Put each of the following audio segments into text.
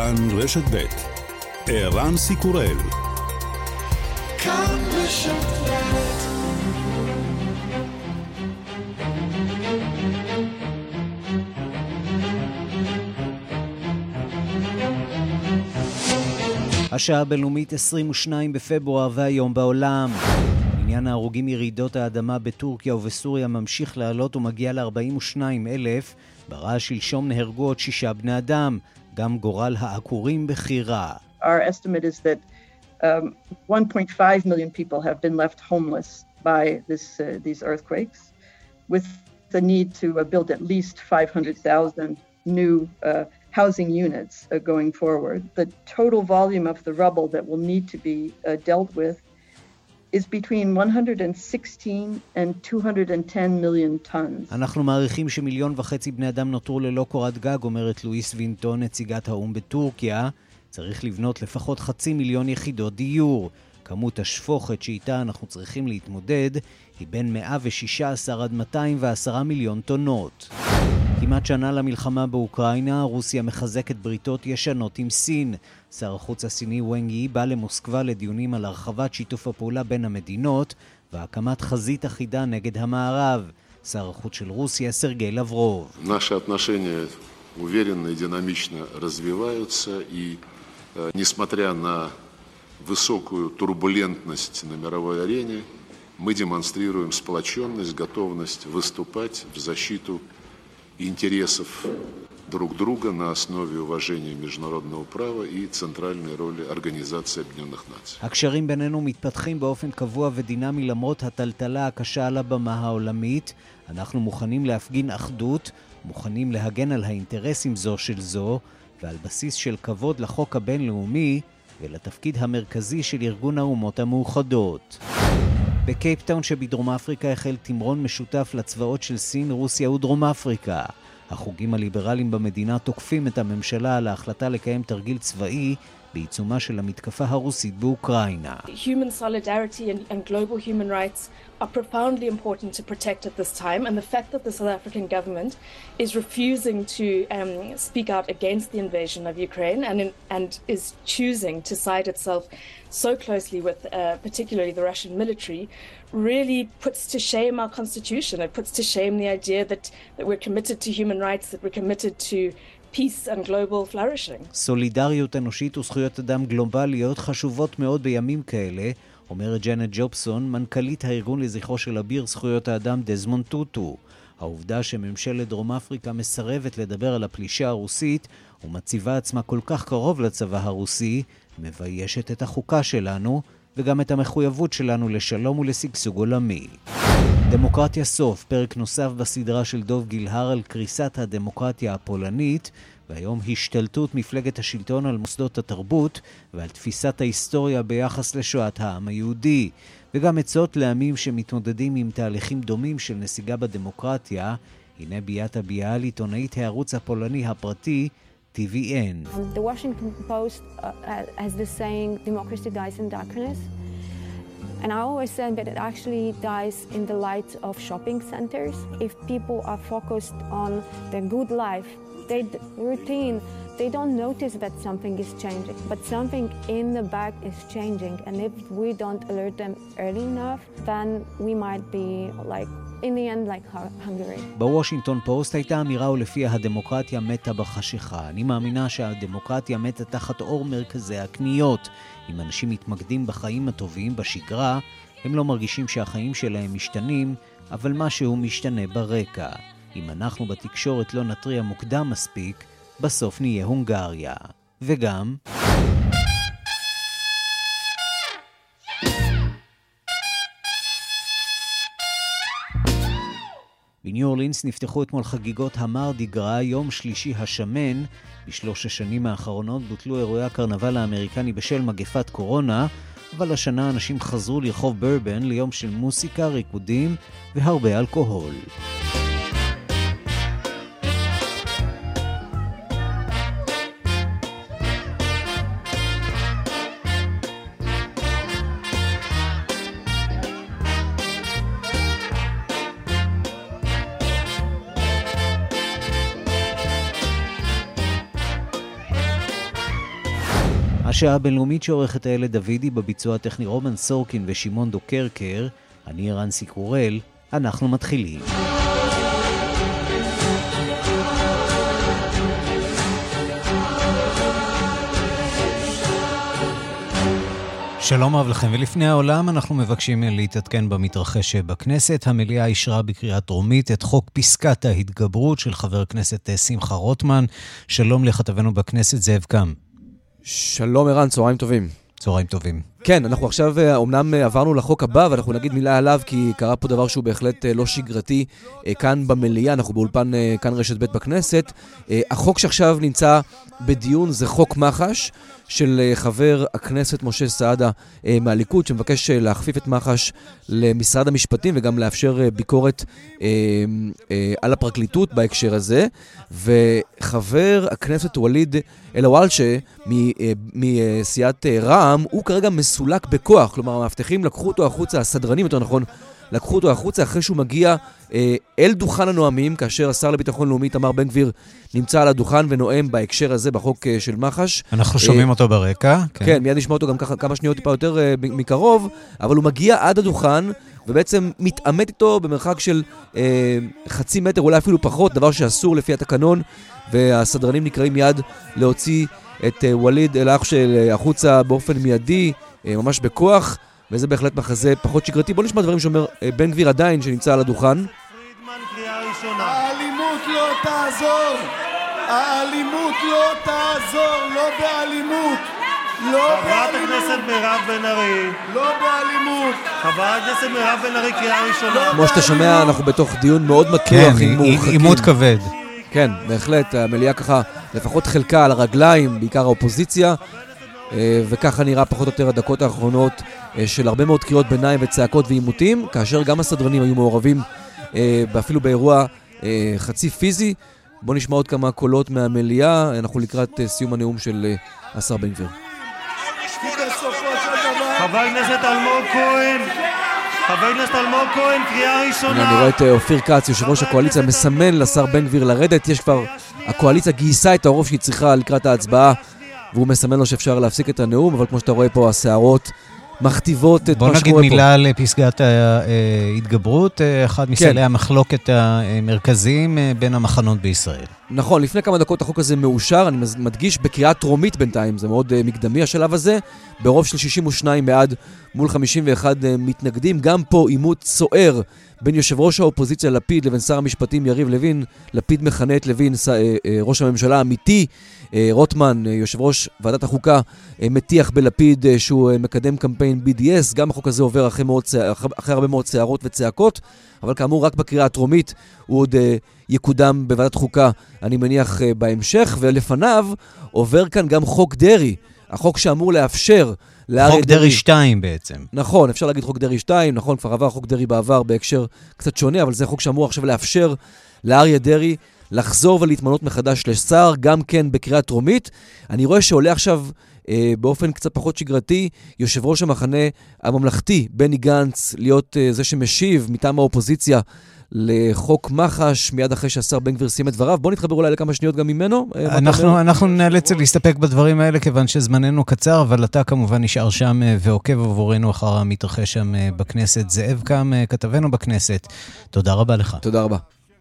כאן רשת ב' ערן סיקורל. כאן רשת ב'. השעה הבינלאומית 22 בפברואר והיום בעולם. עניין ההרוגים ירידות האדמה בטורקיה ובסוריה ממשיך לעלות ומגיע ל-42,000. ברעש שלשום נהרגו עוד 6 בני אדם. גם גורל העקורים בחירה. Our estimate is that 1.5 million people have been left homeless by these earthquakes, with the need to build at least 500,000 new housing units going forward. The total volume of the rubble that will need to be dealt with is between 116 and 210 million tons. אנחנו מעריכים ש1.5 מיליון בני אדם נותרו ללא קורת גג, אומרת לואיס וינטון, נציגת האום בטורקיה. צריך לבנות לפחות 500,000 יחידות דיור. כמות השפוכת שאיתה אנחנו צריכים להתמודד היא בין 116 עד 210 מיליון טונות. כמעט שנה למלחמה באוקראינה, רוסיה מחזקת בריתות ישנות עם סין. שר החוץ הסיני וואנג יי בא למוסקבה לדיונים על הרחבת שיתוף הפעולה בין המדינות והקמת חזית אחידה נגד המערב. שר החוץ של רוסיה סרגי לברוב. Наши отношения уверенно и динамично развиваются, и несмотря на высокую турбулентность на мировой арене, мы демонстрируем сплоченность, готовность выступать в защиту интересов друг друга на основе уважения международного права и центральной роли Организации Объединенных Наций. הקשרים בינינו מתפתחים באופן קבוע ודינמי למרות הטלטלה הקשה על הבמה העולמית. אנחנו מוכנים להפגין אחדות, מוכנים להגן על האינטרסים זו של זו, ועל בסיס של כבוד לחוק הבינלאומי ולתפקיד המרכזי של ארגון האומות המאוחדות. בקייפטאון שבדרום אפריקה החל תמרון משותף לצבאות של סין, רוסיה ודרום אפריקה. החוגים הליברליים במדינה תוקפים את הממשלה על ההחלטה לקיים תרגיל צבאי בעיצומה של המתקפה הרוסית באוקראינה. Human solidarity and global human rights are profoundly important to protect at this time, and the fact that the South African government is refusing to speak out against the invasion of Ukraine and is choosing to side itself so closely with particularly the Russian military really puts to shame our constitution. It puts to shame the idea that we're committed to human rights, that we're committed to peace and global flourishing. סולידריות אנושית וזכויות אדם גלובליות חשובות מאוד בימים כאלה, אומרת ג'נט ג'ובסון, מנכ"לית הארגון לזכרו של אביר זכויות האדם דזמונד טוטו. העובדה שממשלת דרום אפריקה מסרבת לדבר על הפלישה הרוסית ומציבה עצמה כל כך קרוב לצבא הרוסי, מביישת את החוקה שלנו וגם את המחויבות שלנו לשלום ולשגשוג עולמי. דמוקרטיה סוף, פרק נוסף בסדרה של דוב גילהר על קריסת הדמוקרטיה הפולנית, והיום השתלטות מפלגת השלטון על מוסדות התרבות ועל תפיסת ההיסטוריה ביחס לשואת העם היהודי, וגם עצות לעמים שמתמודדים עם תהליכים דומים של נסיגה בדמוקרטיה. הנה ביאטה ביאל, עיתונאית הערוץ הפולני הפרטי TVN. The Washington Post has this saying, democracy dies in darkness. And I always say that it actually dies in the light of shopping centers. If people are focused on their good life, their routine, they don't notice that something is changing. But something in the back is changing. And if we don't alert them early enough, then we might be like, in the end, like Hungary. בוושינגטון פוסט הייתה אמירה ולפיה הדמוקרטיה מתה בחשיכה. אני מאמינה שהדמוקרטיה מתה תחת אור מרכזי הקניות. אם אנשים מתמקדים בחיים הטובים, בשגרה, הם לא מרגישים שהחיים שלהם משתנים, אבל משהו משתנה ברקע. אם אנחנו בתקשורת לא נטריע מוקדם מספיק, בסוף נהיה הונגריה. וגם בניו אורלינס נפתחו אתמול חגיגות המרדי גרה, יום שלישי השמן. ב3 השנים האחרונות בוטלו אירועי הקרנבל האמריקני בשל מגפת קורונה, אבל השנה אנשים חזרו לרחוב ברבן ליום של מוסיקה, ריקודים והרבה אלכוהול. השעה הבינלאומית שעורכת הילד דוידי, בביצוע הטכני רומן סורקין ושימון דוקרקר. אני רנסי קורל, אנחנו מתחילים. שלום רב לכם, ולפני העולם אנחנו מבקשים להתעדכן במתרחש בכנסת. המליאה אישרה בקריאה טרומית את חוק פסקת ההתגברות של חבר הכנסת שמחה רוטמן. שלום לכתבנו בכנסת זאב קם. שלום ערן, צהריים טובים. צהריים טובים. כן, אנחנו עכשיו אומנם עברנו לחוק הבא, ואנחנו נגיד מילה עליו, כי קרה פה דבר שהוא בהחלט לא שגרתי כאן במליאה, אנחנו באולפן כאן רשת ב' בכנסת. החוק שעכשיו נמצא בדיון זה חוק מח"ש, של חבר הכנסת משה סעדה מהליכוד, שמבקש להכפיף את מח"ש למשרד המשפטים, וגם לאפשר ביקורת על הפרקליטות בהקשר הזה. וחבר הכנסת וליד אלוואלשה מסיעת רע"מ, הוא כרגע מסולק בכוח, כלומר המאבטחים לקחו אותו החוצה, הסדרנים יותר נכון, לקחו אותו החוצה אחרי שהוא מגיע אל דוכן הנואמים, כאשר השר לביטחון לאומי תמר בן גביר נמצא על הדוכן ונואם בהקשר הזה בחוק של מח"ש. אנחנו שומעים אותו ברקע. כן, מיד נשמע אותו גם כמה שניות טיפה יותר מקרוב, אבל הוא מגיע עד הדוכן ובעצם מתעמת איתו במרחק של חצי מטר, אולי אפילו פחות, דבר שאסור לפי התקנון, והסדרנים נקראים מיד להוציא את וליד אל-אחשל החוצה באופן מיידי, ממש בכוח, וזה בהחלט מחזה פחות שגרתי. בוא נשמע דברים שאומר בן גביר עדיין שנמצא על הדוכן. האלימות לא תעזור, האלימות לא תעזור, לא באלימות, לא באלימות. חברת הכנסת מירב בן ארי. לא באלימות. חברת הכנסת מירב בן ארי, קריאה ראשונה. כמו שאתה שומע, אנחנו בתוך דיון מאוד מתוח, עם עימות כבד. כן, בהחלט, המליאה ככה, לפחות חלקה על הרגליים, בעיקר האופוזיציה, וככה נראה פחות או יותר הדקות האחרונות של הרבה מאוד קריאות ביניים וצעקות ועימותים, כאשר גם הסדרנים היו מעורבים אפילו באירוע חצי פיזי. בוא נשמע עוד כמה קולות מהמליאה, אנחנו לקראת סיום הנאום של השר בן גביר. חבר הכנסת אלמוג כהן, חבר הכנסת אלמוג כהן, קריאה ראשונה. אני רואה את אופיר כץ, יושב ראש הקואליציה, מסמן לשר בן גביר לרדת. יש כבר, הקואליציה גייסה את הרוב שהיא צריכה לקראת ההצבעה, והוא מסמן לו שאפשר להפסיק את הנאום, אבל כמו שאתה רואה פה, הסערות מכתיבות את מה שקורה פה. בוא נגיד מילה על פסקת ההתגברות, אחד מסלעי המחלוקת המרכזיים בין המחנות בישראל. נכון, לפני כמה דקות החוק הזה מאושר, אני מדגיש בקריאה טרומית בינתיים, זה מאוד מקדמי השלב הזה, ברוב של 62 בעד מול 51 מתנגדים. גם פה עימות סוער בין יושב ראש האופוזיציה לפיד לבין שר המשפטים יריב לוין. לפיד מכנה את לוין ראש הממשלה האמיתי. רוטמן, יושב ראש ועדת החוקה, מטיח בלפיד שהוא מקדם קמפיין BDS. גם החוק הזה עובר אחרי הרבה מאוד סערות וצעקות, אבל כאמור רק בקריאה הטרומית. הוא עוד יקודם בוועדת חוקה, אני מניח, בהמשך, ולפניו עובר כאן גם חוק דרי, החוק שאמור לאפשר חוק דרי 2 בעצם. נכון, אפשר להגיד חוק דרי 2, נכון, כבר עבר חוק דרי בעבר בהקשר קצת שונה, אבל זה חוק שאמור עכשיו לאפשר לאריה דרי לחזור ולהתמנות מחדש לשר, גם כן בקריאה טרומית. אני רואה שעולה עכשיו באופן קצת פחות שגרתי, יושב ראש המחנה הממלכתי, בני גנץ, להיות זה שמשיב מטעם האופוזיציה לחוק מח"ש, מיד אחרי שהשר בן גביר סיים את דבריו. בוא נתחבר אולי לכמה שניות גם ממנו. אנחנו נאלץ להסתפק בדברים האלה, כיוון שזמננו קצר, אבל אתה כמובן נשאר שם ועוקב עבורנו אחר המתרחש שם בכנסת. זאב קם, כתבנו בכנסת. תודה רבה לך. תודה רבה.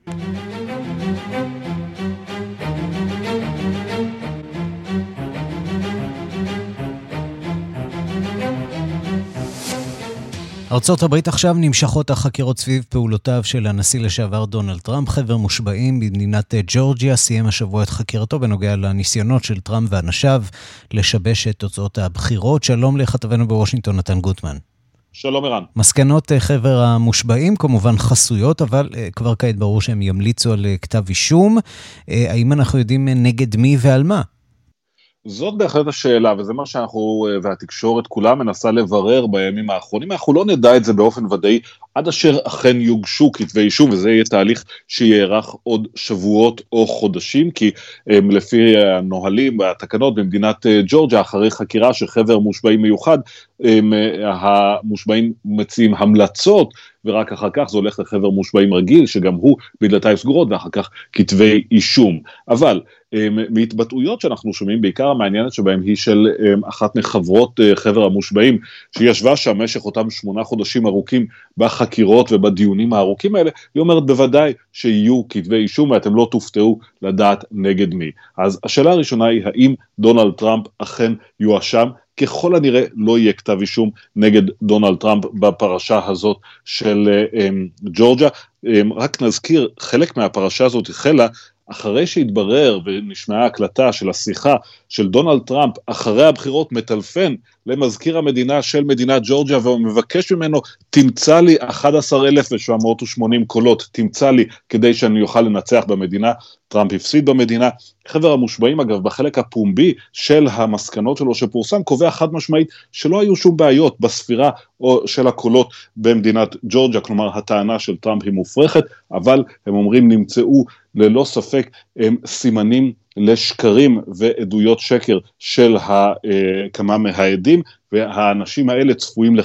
ארצות הברית עכשיו נמשכות החקירות סביב פעולותיו של הנשיא לשעבר דונלד טראמפ. חבר מושבעים במדינת ג'ורג'יה סיים השבוע את חקירתו בנוגע לניסיונות של טראמפ ואנשיו לשבש את תוצאות הבחירות. שלום לכתבנו בוושינגטון נתן גוטמן. שלום ערן. מסקנות חבר המושבעים כמובן חסויות, אבל כבר כעת ברור שהם ימליצו על כתב אישום. האם אנחנו יודעים נגד מי ועל מה? זאת בהחלט השאלה, וזה מה שאנחנו והתקשורת כולה מנסה לברר בימים האחרונים. אנחנו לא נדע את זה באופן ודאי עד אשר אכן יוגשו כתבי אישום, וזה יהיה תהליך שיארך עוד שבועות או חודשים, כי לפי הנוהלים והתקנות במדינת ג'ורג'יה, אחרי חקירה של חבר מושבעים מיוחד, המושבעים מציעים המלצות, ורק אחר כך זה הולך לחבר מושבעים רגיל, שגם הוא בדלתיים סגורות, ואחר כך כתבי אישום. אבל מהתבטאויות שאנחנו שומעים, בעיקר המעניינת שבהם היא של אחת מחברות חבר המושבעים, שישבה שם משך אותם 8 חודשים ארוכים בחקירות ובדיונים הארוכים האלה, היא אומרת בוודאי שיהיו כתבי אישום, ואתם לא תופתעו לדעת נגד מי. אז השאלה הראשונה היא, האם דונלד טראמפ אכן יואשם? ככל הנראה לא יהיה כתב אישום נגד דונלד טראמפ בפרשה הזאת של ג'ורג'יה. רק נזכיר, חלק מהפרשה הזאת החלה אחרי שהתברר ונשמעה הקלטה של השיחה של דונלד טראמפ אחרי הבחירות מטלפן למזכיר המדינה של מדינת ג'ורג'יה ומבקש ממנו, תמצא לי 11,780 קולות, תמצא לי כדי שאני אוכל לנצח במדינה. טראמפ הפסיד במדינה. חבר המושבעים אגב בחלק הפומבי של המסקנות שלו שפורסם קובע חד משמעית שלא היו שום בעיות בספירה או של הקולות במדינת ג'ורג'יה, כלומר הטענה של טראמפ היא מופרכת, אבל הם אומרים נמצאו ללא ספק סימנים לשקרים ועדויות שקר של כמה מהעדים, והאנשים האלה צפויים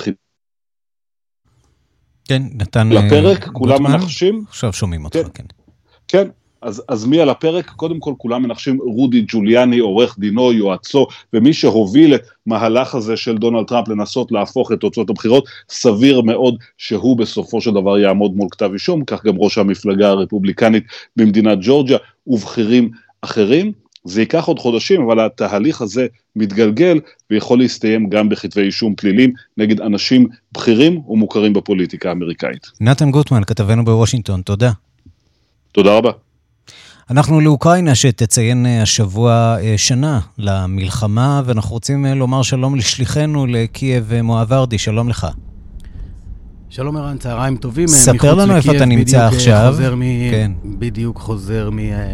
כן, נתן לפרק, כולם מנחשים. עכשיו שומעים אותך, כן. כן, אז מי על הפרק? קודם כל כולם מנחשים רודי ג'וליאני, עורך דינו, יועצו, ומי שהוביל את מהלך הזה של דונלד טראמפ לנסות להפוך את תוצאות הבחירות, סביר מאוד שהוא בסופו של דבר יעמוד מול כתב אישום, כך גם ראש המפלגה הרפובליקנית במדינת ג'ורג'יה ובכירים אחרים. זה ייקח עוד חודשים, אבל התהליך הזה מתגלגל ויכול להסתיים גם בכתבי אישום פלילים נגד אנשים בכירים ומוכרים בפוליטיקה האמריקאית. נתן גוטמן, כתבנו בוושינגטון, תודה. תודה רבה. אנחנו לאוקראינה שתציין השבוע שנה למלחמה, ואנחנו רוצים לומר שלום לשליחנו לקייב מואברדי, שלום לך. שלום ערן, צהריים טובים. ספר לנו איפה אתה נמצא עכשיו. בדיוק חוזר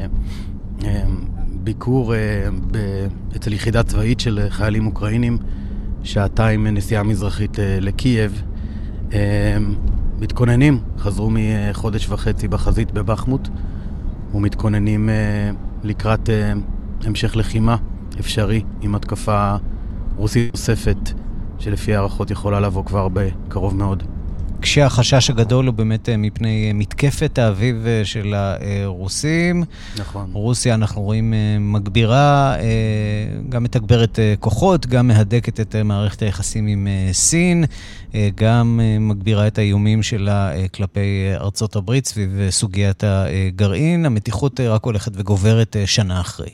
מביקור אצל יחידה צבאית של חיילים אוקראינים, שעתיים נסיעה מזרחית לקייב. מתכוננים, חזרו מחודש וחצי בחזית בבחמוט, ומתכוננים לקראת המשך לחימה אפשרי עם התקפה רוסית נוספת, שלפי הערכות יכולה לבוא כבר בקרוב מאוד. כשהחשש הגדול הוא באמת מפני מתקפת האביב של הרוסים. נכון. רוסיה, אנחנו רואים, מגבירה, גם מתגברת כוחות, גם מהדקת את מערכת היחסים עם סין, גם מגבירה את האיומים שלה כלפי ארצות הברית סביב סוגיית הגרעין. המתיחות רק הולכת וגוברת שנה אחרי.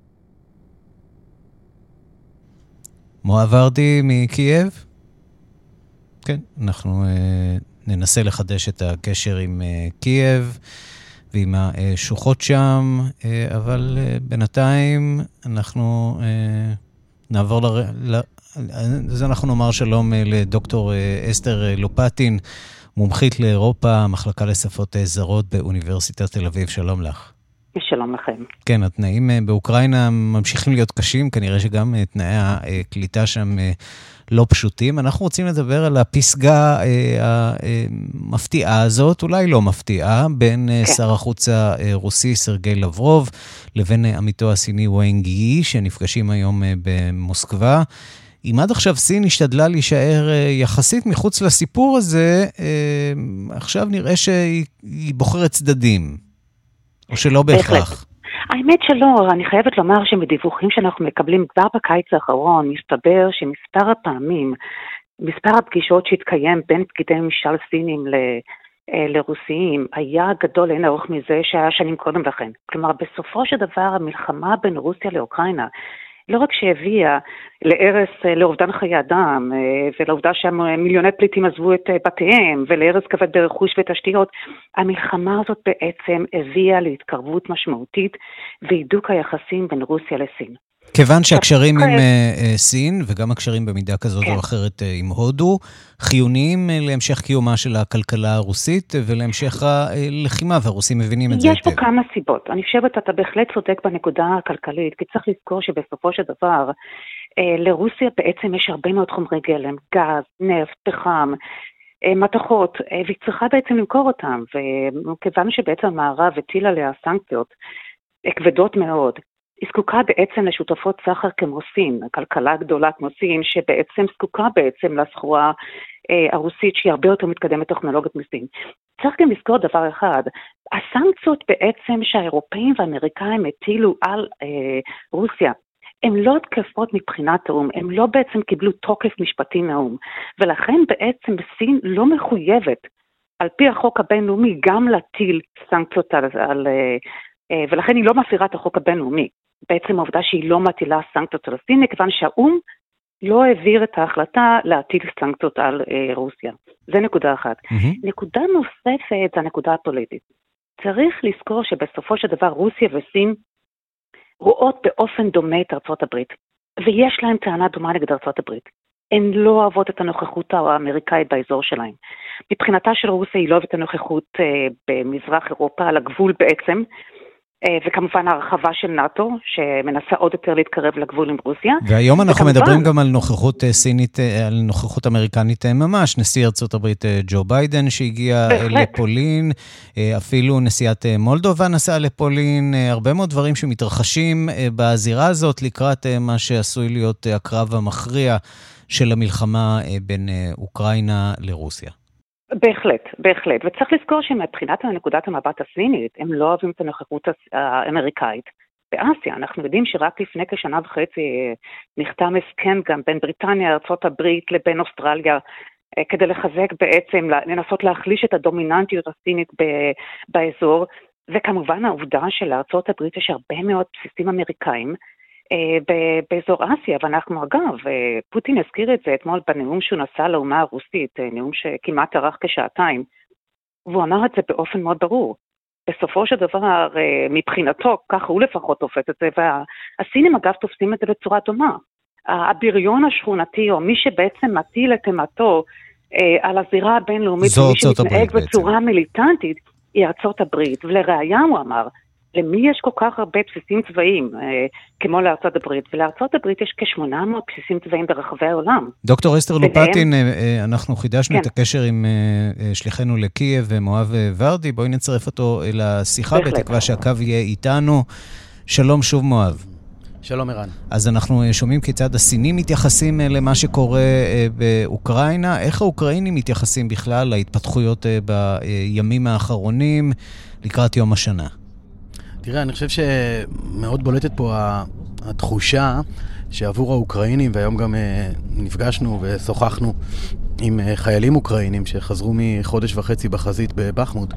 מואברדי מקייב? כן, אנחנו ננסה לחדש את הקשר עם קייב ועם השוחות שם, אבל בינתיים אנחנו נעבור אז אנחנו נאמר שלום לדוקטור אסתר לופטין, מומחית לאירופה, מחלקה לשפות זרות באוניברסיטת תל אביב. שלום לך. שלום לכם. כן, התנאים באוקראינה ממשיכים להיות קשים, כנראה שגם תנאי הקליטה שם לא פשוטים. אנחנו רוצים לדבר על הפסגה המפתיעה הזאת, אולי לא מפתיעה, בין שר החוץ הרוסי סרגי לברוב לבין עמיתו הסיני וואנג יי, שנפגשים היום במוסקבה. אם עד עכשיו סין השתדלה להישאר יחסית מחוץ לסיפור הזה, עכשיו נראה שהיא בוחרת צדדים, או שלא בהכרח. האמת שלא, אני חייבת לומר שמדיווחים שאנחנו מקבלים כבר בקיץ האחרון, מסתבר שמספר הפעמים, מספר הפגישות שהתקיים בין פקידי ממשל סינים לרוסיים, היה גדול לאין ארוך מזה שהיה שנים קודם לכן. כלומר, בסופו של דבר המלחמה בין רוסיה לאוקראינה, לא רק שהביאה להרס, לאובדן חיי אדם, ולעובדה שמיליוני פליטים עזבו את בתיהם, ולהרס כבד ברכוש ותשתיות, המלחמה הזאת בעצם הביאה להתקרבות משמעותית, והידוק היחסים בין רוסיה לסין. כיוון שהקשרים עם סין, וגם הקשרים במידה כזאת או אחרת עם הודו, חיוניים להמשך קיומה של הכלכלה הרוסית, ולהמשך הלחימה, והרוסים מבינים את זה. יש פה כמה סיבות. אני חושבת, אתה בהחלט צודק בנקודה הכלכלית, כי צריך לזכור שבסופו של דבר, לרוסיה בעצם יש הרבה מאוד חומרי גלם, גז, נפט, פחם, מתכות, והיא צריכה בעצם למכור אותם, וכיוון שבעצם המערב הטיל עליה סנקציות כבדות מאוד, היא זקוקה בעצם לשותפות סחר כמו סין, הכלכלה הגדולה כמו סין, שבעצם זקוקה בעצם לסחורה הרוסית שהיא הרבה יותר מתקדמת טכנולוגית מסין. צריך גם לזכור דבר אחד, הסנקציות בעצם שהאירופאים והאמריקאים הטילו על רוסיה, הן לא תקפות מבחינת האום, הם לא בעצם קיבלו תוקף משפטי מהאום, ולכן בעצם סין לא מחויבת, על פי החוק הבינלאומי, גם להטיל סנקציות ולכן היא לא מפירה את החוק הבינלאומי. בעצם העובדה שהיא לא מטילה סנקציות על סין, כיוון שהאום לא העביר את ההחלטה להטיל סנקציות על רוסיה. זה נקודה אחת. נקודה נוספת זה הנקודה הפוליטית. צריך לזכור שבסופו של דבר רוסיה וסין רואות באופן דומה את ארצות הברית, ויש להם טענה דומה נגד ארצות הברית. הן לא אוהבות את הנוכחות האמריקאית באזור שלהם. מבחינתה של רוסיה היא לא אוהבת את הנוכחות במזרח אירופה, על הגבול בעצם, וכמובן הרחבה של נאטו, שמנסה עוד יותר להתקרב לגבול עם רוסיה. והיום אנחנו מדברים גם על נוכחות סינית, על נוכחות אמריקנית ממש, נשיא ארצות הברית ג'ו ביידן שהגיע לפולין, אפילו נשיאת מולדובה נסעה לפולין, הרבה מאוד דברים שמתרחשים בזירה הזאת לקראת מה שעשוי להיות הקרב המכריע של המלחמה בין אוקראינה לרוסיה. בהחלט, בהחלט. וצריך לזכור שמבחינת נקודת המבט הסינית, הם לא אוהבים את הנוכחות האמריקאית באסיה. אנחנו יודעים שרק לפני כשנה וחצי נחתם הסכם גם בין בריטניה, ארצות הברית לבין אוסטרליה, כדי לחזק בעצם, לנסות להחליש את הדומיננטיות הסינית באזור, וכמובן העובדה שלארצות הברית יש הרבה מאוד בסיסים אמריקאים, באזור אסיה, ואנחנו אגב, פוטין הזכיר את זה אתמול בנאום שהוא נשא לאומה הרוסית, נאום שכמעט ארך כשעתיים, והוא אמר את זה באופן מאוד ברור. בסופו של דבר, מבחינתו, ככה הוא לפחות תופס את זה, והסינים אגב תופסים את זה בצורה דומה. הבריון השכונתי, או מי שבעצם מטיל את אימתו על הזירה הבינלאומית, ומי שמתנהג בצורה מיליטנטית, היא ארצות הברית, ולראיה הוא אמר, למי יש כל כך הרבה בסיסים צבאיים, כמו לארצות הברית, ולארצות הברית יש כ-800 בסיסים צבאיים ברחבי העולם. דוקטור אסתר לופטין, אנחנו חידשנו את הקשר עם שליחנו לקייב ומואב ורדי, בואי נצרף אותו לשיחה, בתקווה שהקו יהיה איתנו. שלום שוב מואב. שלום ערן. אז אנחנו שומעים כיצד הסינים מתייחסים למה שקורה באוקראינה, איך האוקראינים מתייחסים בכלל להתפתחויות בימים האחרונים לקראת יום השנה? תראה, אני חושב שמאוד בולטת פה התחושה שעבור האוקראינים, והיום גם נפגשנו ושוחחנו עם חיילים אוקראינים שחזרו מחודש וחצי בחזית בבחמוט,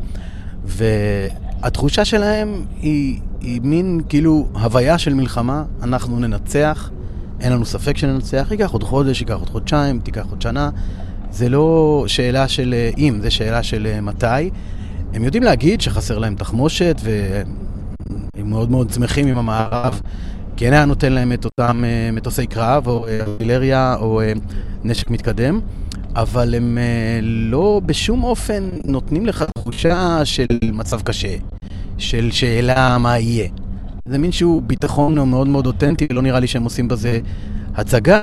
והתחושה שלהם היא מין כאילו הוויה של מלחמה, אנחנו ננצח, אין לנו ספק שננצח, ייקח עוד חודש, ייקח עוד חודשיים, תיקח עוד שנה, זה לא שאלה של אם, זה שאלה של מתי. הם יודעים להגיד שחסר להם תחמושת, והם מאוד מאוד שמחים עם המערב, כן היה נותן להם את אותם מטוסי קרב, או ארטילריה, או נשק מתקדם, אבל הם לא בשום אופן נותנים לך תחושה של מצב קשה, של שאלה מה יהיה. זה מין שהוא ביטחון מאוד מאוד אותנטי, לא נראה לי שהם עושים בזה הצגה,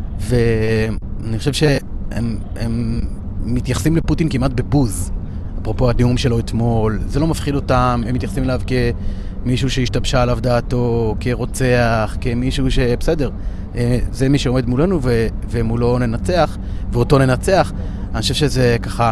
ואני חושב שהם מתייחסים לפוטין כמעט בבוז. אפרופו הנאום שלו אתמול, זה לא מפחיד אותם, הם מתייחסים אליו כמישהו שהשתבשה עליו דעתו, כרוצח, כמישהו שבסדר, זה מי שעומד מולנו ומולו ננצח, ואותו ננצח. אני חושב שזה ככה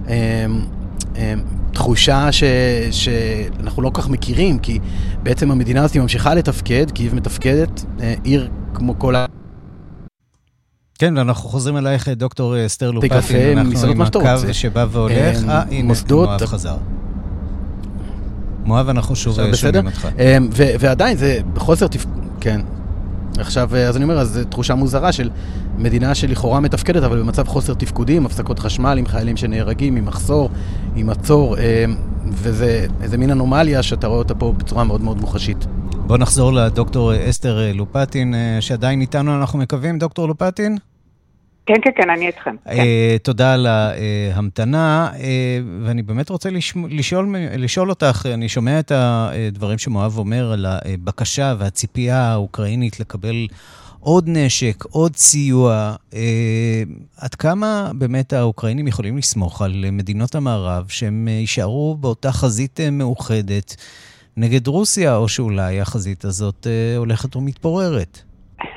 תחושה שאנחנו לא כל כך מכירים, כי בעצם המדינה הזאת ממשיכה לתפקד, כי היא מתפקדת עיר כמו כל כן, ואנחנו חוזרים אלייך, דוקטור אסתר לופטין, אנחנו עם הקו שבא והולך. הנה, מואב חזר. מואב, אנחנו שוב שומעים אותך. ועדיין זה בחוסר כן. עכשיו, אז אני אומר, אז זו תחושה מוזרה של מדינה שלכאורה מתפקדת, אבל במצב חוסר תפקודי, עם הפסקות חשמל, עם חיילים שנהרגים, עם מחסור, עם מצור, וזה איזה מין אנומליה שאתה רואה אותה פה בצורה מאוד מאוד מוחשית. בוא נחזור לדוקטור אסתר לופטין, שעדיין איתנו, אנחנו מקווים, דוקטור לופטין? כן, כן, כן, אני איתכם. תודה על ההמתנה, ואני באמת רוצה לשאול אותך, אני שומע את הדברים שמואב אומר על הבקשה והציפייה האוקראינית לקבל עוד נשק, עוד סיוע. עד כמה באמת האוקראינים יכולים לסמוך על מדינות המערב שהם יישארו באותה חזית מאוחדת נגד רוסיה, או שאולי החזית הזאת הולכת ומתפוררת?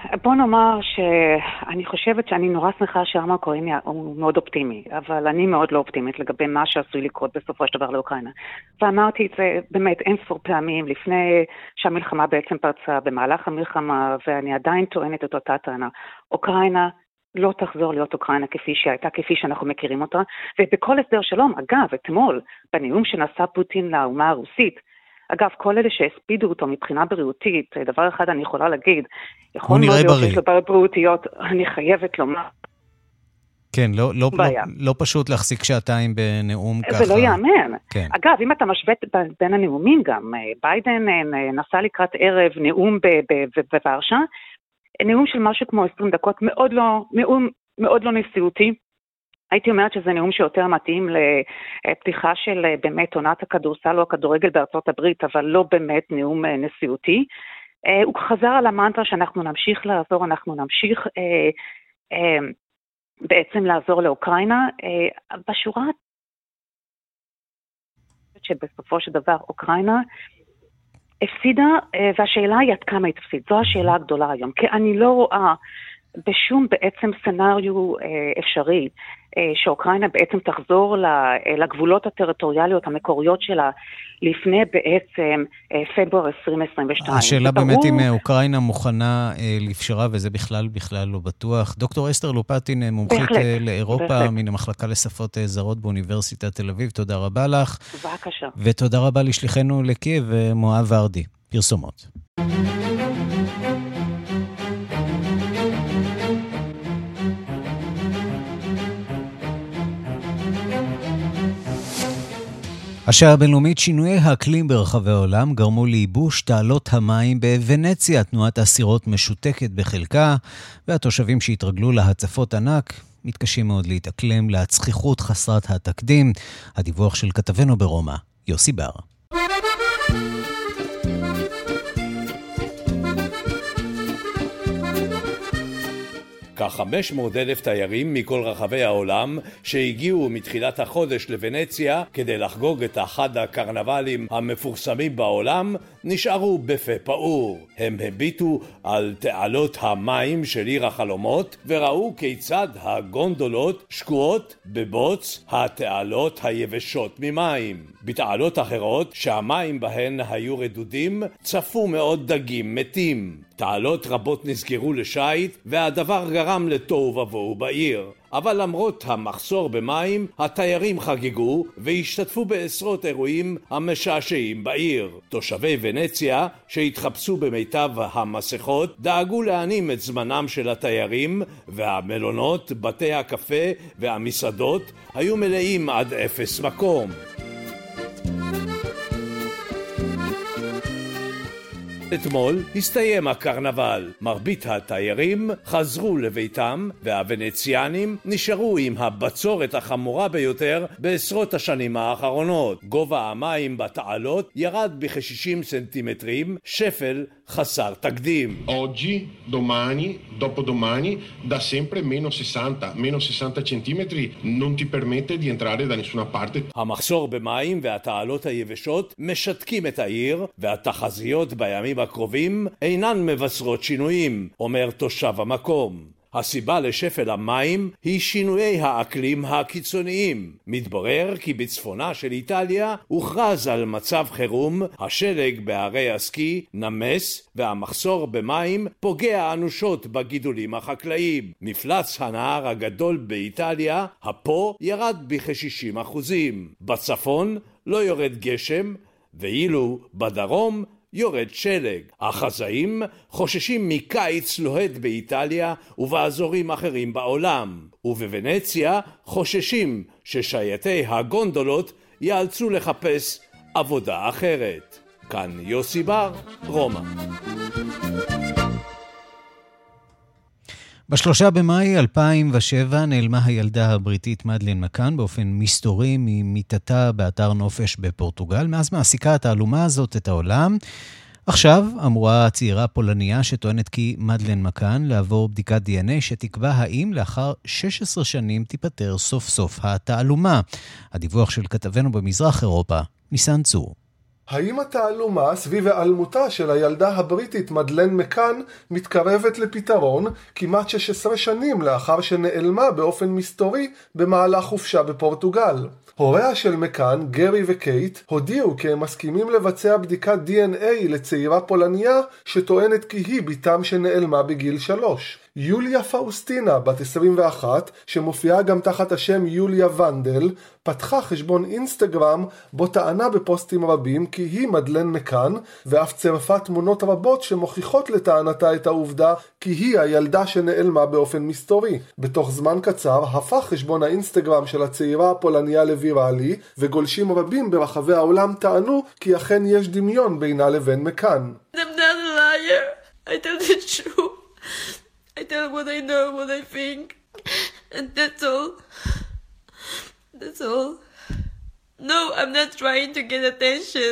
בוא נאמר שאני חושבת שאני נורא שמחה שאמנון כהן הוא מאוד אופטימי, אבל אני מאוד לא אופטימית לגבי מה שעשוי לקרות בסופו של דבר לאוקראינה. ואמרתי את זה באמת אין ספור פעמים לפני שהמלחמה בעצם פרצה, במהלך המלחמה, ואני עדיין טוענת את אותה טענה. אוקראינה לא תחזור להיות אוקראינה כפי שהייתה, כפי שאנחנו מכירים אותה, ובכל הסדר שלום, אגב, אתמול, בנאום שנשא פוטין לאומה הרוסית, אגב, כל אלה שהספידו אותו מבחינה בריאותית, דבר אחד אני יכולה להגיד, יכול מאוד להיות שיש לו בעיות בריאותיות, אני חייבת לומר. כן, לא פשוט להחזיק שעתיים בנאום ככה. זה לא יאמן. כן. אגב, אם אתה משווה בין הנאומים גם, ביידן נסע לקראת ערב נאום בוורשה, נאום של משהו כמו 20 דקות, מאוד לא נשיאותי. הייתי אומרת שזה נאום שיותר מתאים לפתיחה של באמת עונת הכדורסל או הכדורגל בארצות הברית, אבל לא באמת נאום נשיאותי. הוא חזר על המנטרה שאנחנו נמשיך לעזור, אנחנו נמשיך בעצם לעזור לאוקראינה. בשורה שבסופו של דבר אוקראינה הפסידה, והשאלה היא עד כמה היא תפסיד. זו השאלה הגדולה היום, כי אני לא רואה בשום בעצם סנריו אפשרי שאוקראינה בעצם תחזור לגבולות הטריטוריאליות המקוריות שלה לפני בעצם פברואר 2022. השאלה באמת אם אוקראינה מוכנה לפשרה, וזה בכלל לא בטוח. דוקטור אסתר לופטין, מומחית לאירופה מן המחלקה לשפות זרות באוניברסיטת תל אביב, תודה רבה לך. בבקשה. ותודה רבה לשליחנו לקייב, מואב ורדי. פרסומות. השעה הבינלאומית, שינויי האקלים ברחבי העולם גרמו לייבוש תעלות המים בוונציה. תנועת האסירות משותקת בחלקה, והתושבים שהתרגלו להצפות ענק מתקשים מאוד להתאקלם להצחיחות חסרת התקדים. הדיווח של כתבנו ברומא, יוסי בר. כ-500,000 תיירים מכל רחבי העולם שהגיעו מתחילת החודש לוונציה כדי לחגוג את אחד הקרנבלים המפורסמים בעולם נשארו בפה פעור. הם הביטו על תעלות המים של עיר החלומות וראו כיצד הגונדולות שקועות בבוץ התעלות היבשות ממים. בתעלות אחרות שהמים בהן היו רדודים צפו מאוד דגים מתים. תעלות רבות נסגרו לשייט והדבר גרם לתוהו ובוהו בעיר. אבל למרות המחסור במים, התיירים חגגו והשתתפו בעשרות אירועים המשעשעים בעיר. תושבי ונציה שהתחפשו במיטב המסכות דאגו להנים את זמנם של התיירים, והמלונות, בתי הקפה והמסעדות היו מלאים עד אפס מקום. אתמול הסתיים הקרנבל. מרבית התיירים חזרו לביתם, והוונציאנים נשארו עם הבצורת החמורה ביותר בעשרות השנים האחרונות. גובה המים בתעלות ירד בכ-60 סנטימטרים, שפל חסר תקדים. Oggi, domani, dopodomani, da sempre meno 60 centimetri non ti permette di entrare da nessuna parte. המחסור במים והתעלות היבשות משתקים את העיר, והתחזיות בימים הקרובים אינן מבשרות שינויים, אומר תושב המקום. הסיבה לשפל המים היא שינויי האקלים הקיצוניים. מתברר כי בצפונה של איטליה הוכרז על מצב חירום, השלג בהרי הסקי נמס והמחסור במים פוגע אנושות בגידולים החקלאיים. מפלס הנהר הגדול באיטליה, הפו, ירד בכ-60%. בצפון לא יורד גשם, ואילו בדרום יורד שלג. החזאים חוששים מקיץ לוהט באיטליה ובאזורים אחרים בעולם. ובוונציה חוששים ששייטי הגונדולות יאלצו לחפש עבודה אחרת. כאן יוסי בר, רומא. ב3 במאי 2007 נעלמה הילדה הבריטית מדלן מקאן באופן מסתורי ממיטתה באתר נופש בפורטוגל. מאז מעסיקה התעלומה הזאת את העולם. עכשיו אמורה הצעירה פולניה שטוענת כי מדלן מקאן לעבור בדיקת DNA שתקבע האם לאחר 16 שנים תיפטר סוף סוף התעלומה. הדיווח של כתבנו במזרח אירופה, ניסן צור. האם התעלומה סביב העלמותה של הילדה הבריטית מדלן מקאן מתקרבת לפתרון כמעט 16 שנים לאחר שנעלמה באופן מסתורי במהלך חופשה בפורטוגל? הוריה של מקאן, גרי וקייט, הודיעו כי הם מסכימים לבצע בדיקת DNA לצעירה פולניה שטוענת כי היא ביתם שנעלמה בגיל 3. יוליה פאוסטינה, בת 21, שמופיעה גם תחת השם יוליה ונדל, פתחה חשבון אינסטגרם בו טענה בפוסטים רבים כי היא מדלן מקאן, ואף צירפה תמונות רבות שמוכיחות לטענתה את העובדה כי היא הילדה שנעלמה באופן מסתורי. בתוך זמן קצר הפך חשבון האינסטגרם של הצעירה הפולניה לוויראלי, וגולשים רבים ברחבי העולם טענו כי אכן יש דמיון בינה לבין מקאן. I'm not a liar. I tell the truth. I tell what I know, what I think. And that's all. That's all. No, I'm not trying to get attention.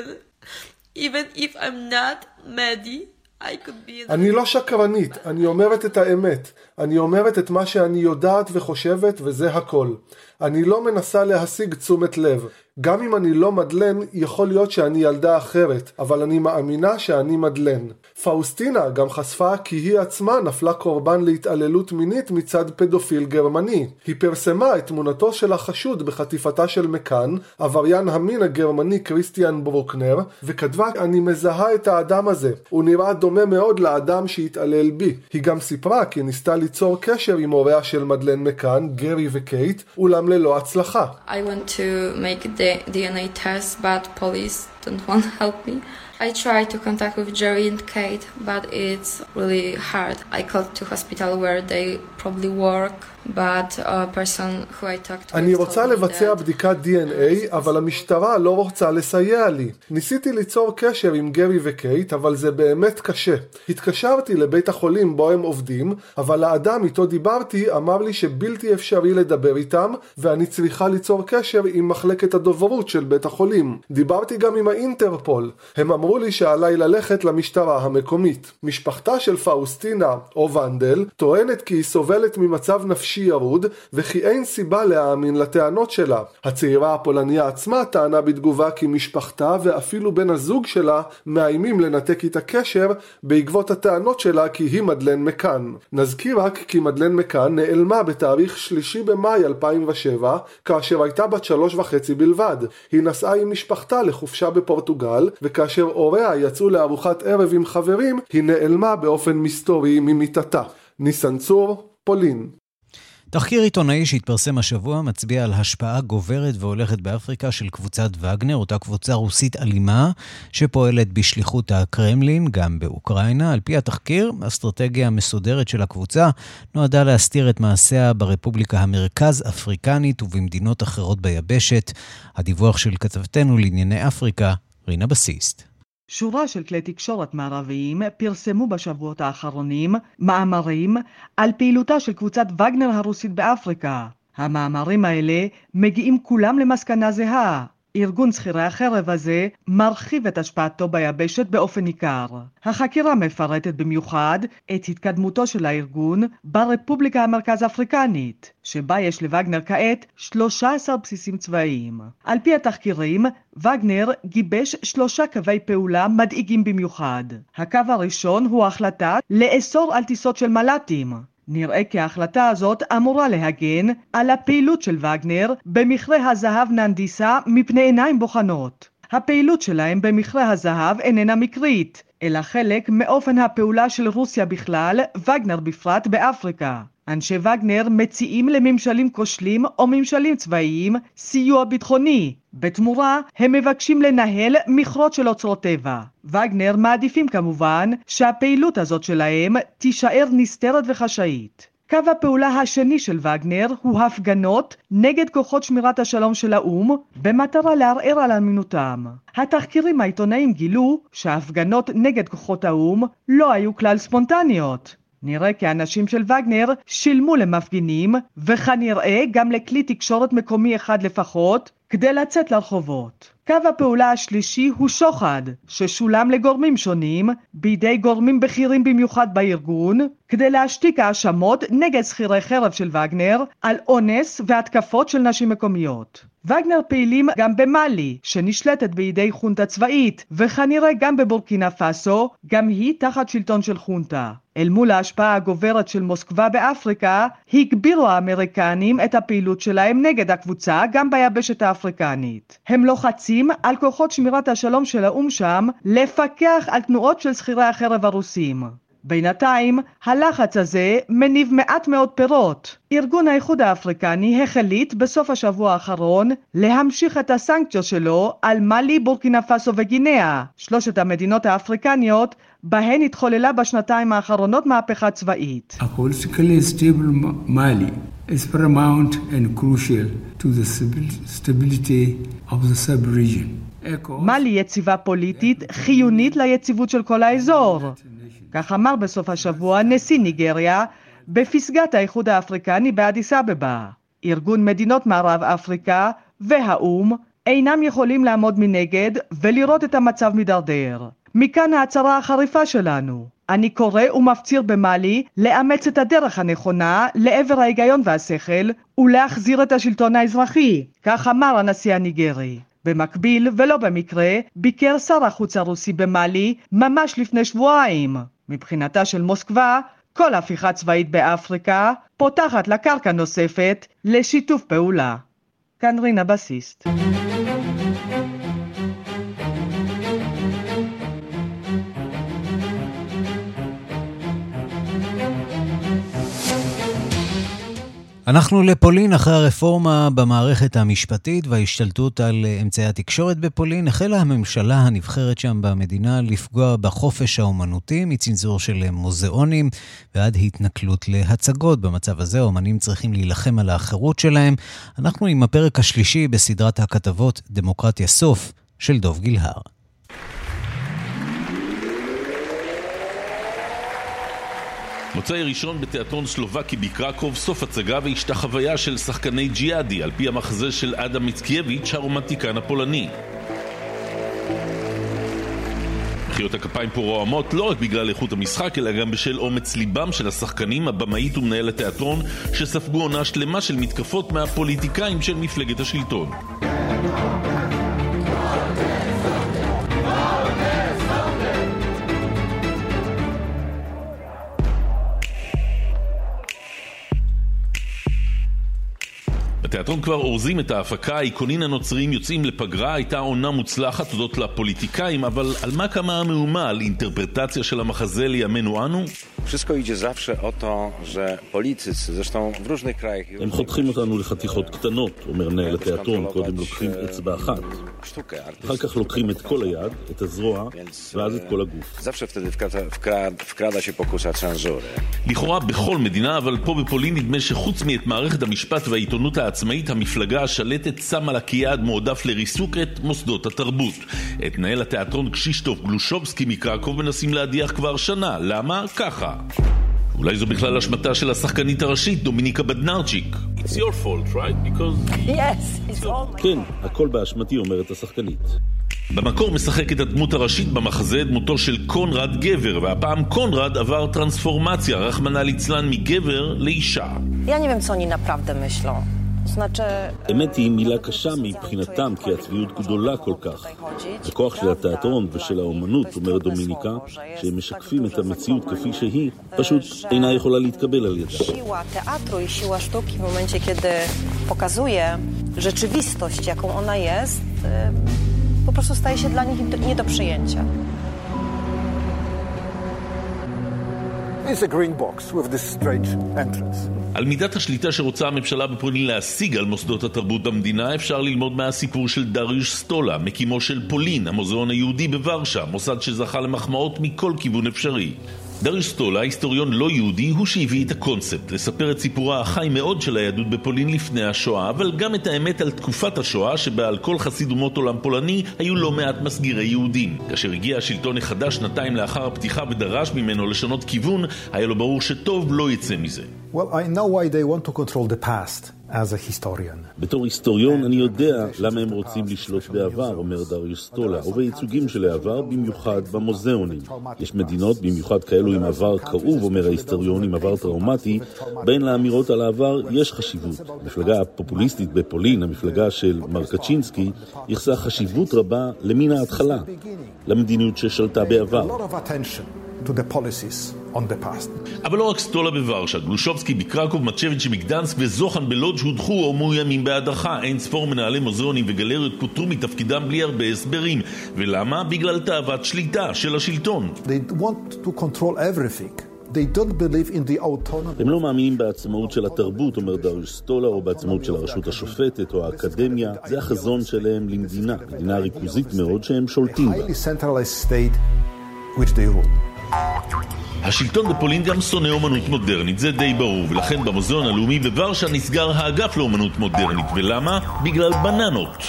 Even if I'm not Maddie, I could be... אני לא שקרנית, אני אומרת את האמת. אני אומרת את מה שאני יודעת וחושבת, וזה הכל. אני לא מנסה להשיג תשומת לב. גם אם אני לא מדלן, יכול להיות שאני ילדה אחרת, אבל אני מאמינה שאני מדלן. פאוסטינה גם חשפה כי היא עצמה נפלה קורבן להתעללות מינית מצד פדופיל גרמני. היא פרסמה את תמונתו של החשוד בחטיפתה של מקאן, עבריין המין הגרמני קריסטיאן ברוקנר, וכתבה, אני מזהה את האדם הזה. הוא נראה דומה מאוד לאדם שהתעלל בי. היא גם סיפרה כי ניסתה ליצור קשר עם הוריה של מדלן מקאן, גרי וקייט, אולם ללא הצלחה. I want to make the DNA test, but police don't want to help me. I tried to contact with Jerry and Kate, but it's really hard. I called to hospital where they probably work, but a person who I talked to... אני רוצה לבצע בדיקת DNA, אבל המשטרה לא רוצה לסייע לי. ניסיתי ליצור קשר עם גרי וקייט, אבל זה באמת קשה. התקשרתי לבית החולים בו הם עובדים, אבל האדם איתו דיברתי אמר לי שבלתי אפשרי לדבר איתם, ואני צריכה ליצור קשר עם מחלקת הדוברות של בית החולים. דיברתי גם עם האינטרפול. הם אמרו לי שעליי ללכת למשטרה המקומית. משפחתה של פאוסטינה או ונדל טוענת כי היא סובלת ממצב נפשי ירוד וכי אין סיבה להאמין לטענות שלה. הצעירה הפולניה עצמה טענה בתגובה כי משפחתה ואפילו בן הזוג שלה מאיימים לנתק איתה קשר בעקבות הטענות שלה כי היא מדלן מקאן. נזכיר רק כי מדלן מקאן נעלמה בתאריך 3 במאי 2007 כאשר הייתה בת 3.5 בלבד. היא נסעה עם משפחתה לחופשה בפורטוגל, וכאשר הוריה יצאו לארוחת ערב עם חברים היא נעלמה באופן מסתורי ממיטתה. ניסן צור, פולין. תחקיר עיתונאי שהתפרסם השבוע מצביע על השפעה גוברת והולכת באפריקה של קבוצת וגנר, אותה קבוצה רוסית אלימה שפועלת בשליחות הקרמלין גם באוקראינה. על פי התחקיר, האסטרטגיה המסודרת של הקבוצה נועדה להסתיר את מעשיה ברפובליקה המרכז אפריקנית ובמדינות אחרות ביבשת. הדיווח של כתבתנו לענייני אפריקה, רינה בסיסט. שורה של כלי תקשורת מערביים פרסמו בשבועות האחרונים מאמרים על פעילותה של קבוצת וגנר הרוסית באפריקה. המאמרים האלה מגיעים כולם למסקנה זהה. ארגון שכירי החרב הזה מרחיב את השפעתו ביבשת באופן ניכר. החקירה מפרטת במיוחד את התקדמותו של הארגון ברפובליקה המרכז אפריקנית, שבה יש לווגנר כעת 13 בסיסים צבאיים. על פי התחקירים, וגנר גיבש 3 קווי פעולה מדאיגים במיוחד. הקו הראשון הוא החלטה לאסור על טיסות של מל"טים. נראה כי ההחלטה הזאת אמורה להגן על הפעילות של וגנר במכרה הזהב ננדיסה מפני עיניים בוחנות. הפעילות שלהם במכרה הזהב איננה מקרית, אלא חלק מאופן הפעולה של רוסיה בכלל, וגנר בפרט באפריקה. אנשי וגנר מציעים לממשלים כושלים או ממשלים צבאיים סיוע ביטחוני. בתמורה הם מבקשים לנהל מכרות של אוצרות טבע. וגנר מעדיפים כמובן שהפעילות הזאת שלהם תישאר נסתרת וחשאית. קו הפעולה השני של וגנר הוא הפגנות נגד כוחות שמירת השלום של האום במטרה לערער על אמינותם. התחקירים העיתונאיים גילו שההפגנות נגד כוחות האום לא היו כלל ספונטניות. נראה כי האנשים של וגנר שילמו למפגינים וכנראה גם לכלי תקשורת מקומי אחד לפחות כדי לצאת לרחובות. קו הפעולה השלישי הוא שוחד, ששולם לגורמים שונים, בידי גורמים בכירים במיוחד בארגון, כדי להשתיק האשמות נגד שכירי חרב של וגנר על אונס והתקפות של נשים מקומיות. וגנר פעילים גם במאלי, שנשלטת בידי חונטה צבאית, וכנראה גם בבורקינה פאסו, גם היא תחת שלטון של חונטה. אל מול ההשפעה הגוברת של מוסקבה באפריקה, הגבירו האמריקנים את הפעילות שלהם נגד הקבוצה גם ביבשת האפריקנית. הם לוחצים על כוחות שמירת השלום של האום שם לפקח על תנועות של שכירי החרב הרוסים. בינתיים, הלחץ הזה מניב מעט מאוד פירות. ארגון האיחוד האפריקני החליט בסוף השבוע האחרון להמשיך את הסנקציות שלו על מאלי, בורקינה פאסו וגינאה, שלושת המדינות האפריקניות בהן התחוללה בשנתיים האחרונות מהפכה צבאית. A politically stable Mali is paramount and crucial to the stability of the sub-region. מאלי יציבה פוליטית חיונית ליציבות של כל האזור. כך אמר בסוף השבוע נשיא ניגריה בפסגת האיחוד האפריקני באדיס אבבה. ארגון מדינות מערב אפריקה והאום אינם יכולים לעמוד מנגד ולראות את המצב מדרדר. מכאן ההצהרה החריפה שלנו. אני קורא ומפציר במאלי לאמץ את הדרך הנכונה לעבר ההיגיון והשכל ולהחזיר את השלטון האזרחי. כך אמר הנשיא הניגרי. במקביל ולא במקרה ביקר שר החוץ הרוסי במאלי ממש לפני שבועיים. מבחינתה של מוסקבה, כל הפיכה צבאית באפריקה פותחת לקרקע נוספת לשיתוף פעולה. כאן רינה בסיסט. אנחנו לפולין. אחרי הרפורמה במערכת המשפטית וההשתלטות על אמצעי התקשורת בפולין, החלה הממשלה הנבחרת שם במדינה לפגוע בחופש האומנותי, מצנזור של מוזיאונים ועד התנכלות להצגות. במצב הזה האומנים צריכים להילחם על האחרות שלהם. אנחנו עם הפרק השלישי בסדרת הכתבות דמוקרטיה סוף של דוב גילהר. מוצאי ראשון בתיאטרון סלובקי בקרקוב, סוף הצגה והשתחוויה של שחקני ג'יאדי על פי המחזה של אדם מיצקייביץ' הרומנטיקן הפולני. מחיאות הכפיים פה רועמות לא רק בגלל איכות המשחק, אלא גם בשל אומץ ליבם של השחקנים, הבמאית ומנהל התיאטרון, שספגו עונה שלמה של מתקפות מהפוליטיקאים של מפלגת השלטון. בתיאטרון כבר אורזים את ההפקה, העיקונין הנוצרים יוצאים לפגרה, הייתה עונה מוצלחת תודות לפוליטיקאים, אבל על מה קמה המהומה? על אינטרפרטציה של המחזה לימינו אנו? Wszystko idzie zawsze o to, że politycy, zresztą w różnych krajach... הם חותכים אותנו לחתיכות קטנות, אומר מנהל התיאטרון, קודם לוקחים אצבע אחת. אחר כך לוקחים את כל היד, את הזרוע, ואז את כל הגוף. zawsze wtedy wkrada się pokusa cenzury. לכאורה בכל מדינה, אבל פה בפולין נדמה שחוץ מאת מערכת המשפט והעיתונות העצמאית, המפלגה השלטת שמה לה כיעד מועדף לריסוק את מוסדות התרבות. את מנהל התיאטרון קשישטוף גלושובסקי מקרקוב מנסים להדיח כבר שנה. למה? ככה. אולי זו בכלל אשמתה של השחקנית הראשית, דומיניקה בדנרצ'יק. It's your fault, right? Because... Yes, it's all... כן, הכל באשמתי, אומרת השחקנית. במקור משחק את הדמות הראשית במחזה דמותו של קונרד גבר, והפעם קונרד עבר טרנספורמציה, רחמנא ליצלן, מגבר לאישה. Ja nie wiem, co oni naprawdę myślą. אמת היא מילה קשה מבחינתם, כי הצביעות גדולה כל כך. הכוח של התיאטרון ושל האומנות, אומרת דומיניקה, שהם משקפים את המציאות כפי שהיא, פשוט אינה יכולה להתקבל על ידה. Siła teatru i siła sztuki w momencie, kiedy pokazuje rzeczywistość, jaką ona jest, po prostu staje się dla nich nie do przyjęcia. It's a green box with this strange entrance. על מידת השליטה שרוצה הממשלה בפולין להשיג על מוסדות התרבות במדינה אפשר ללמוד מהסיפור של דריוש סטולה, מקימו של פולין, המוזיאון היהודי בוורשה, מוסד שזכה למחמאות מכל כיוון אפשרי. דריוש סטולה, היסטוריון לא יהודי, הוא שהביא את הקונספט, לספר את סיפורה החי מאוד של היהדות בפולין לפני השואה, אבל גם את האמת על תקופת השואה, שבה על כל חסיד אומות עולם פולני היו לא מעט מסגירי יהודים. כאשר הגיע השלטון החדש שנתיים לאחר הפתיחה ודרש ממנו לשנות כיוון, היה לו ברור שטוב לא יצא מזה. Well, I know why they want to control the past as a historian. בתור היסטוריון אני יודע למה הם רוצים לשלוט בעבר, אומר דריוש סטולה, ובייצוגים של העבר, במיוחד במוזיאונים. יש מדינות, במיוחד כאלו עם עבר כאוב, אומר ההיסטוריון, עם עבר טראומטי, בהן לאמירות על העבר יש חשיבות. המפלגה הפופוליסטית בפולין, המפלגה של מרקצ'ינסקי, יחסה חשיבות רבה למין ההתחלה, למדיניות ששלטה בעבר. To the policies on the past. אבל לא רק סטולה בוורשה, גלושובסקי בקרקוב, מצ'ביץ' בגדנסק וזוכן בלודג' הודחו או מאוימים בהדחה. אין ספור מנהלי מוזיאונים וגלריות פוטרו מתפקידם בלי הרבה הסברים. ולמה? בגלל תאוות שליטה של השלטון. They want to control everything. They don't believe in the autonomy. הם לא מאמינים בעצמאות של התרבות, אומר דריוש סטולה, או בעצמאות של הרשות השופטת או האקדמיה. זה החזון שלהם למדינה, מדינה ריכוזית מאוד שהם שולטים בה. A highly centralized state which they rule. השלטון בפולין גם שונא אומנות מודרנית, זה די ברור, ולכן במוזיאון הלאומי בוורשה נסגר האגף לאומנות מודרנית. ולמה? בגלל בננות.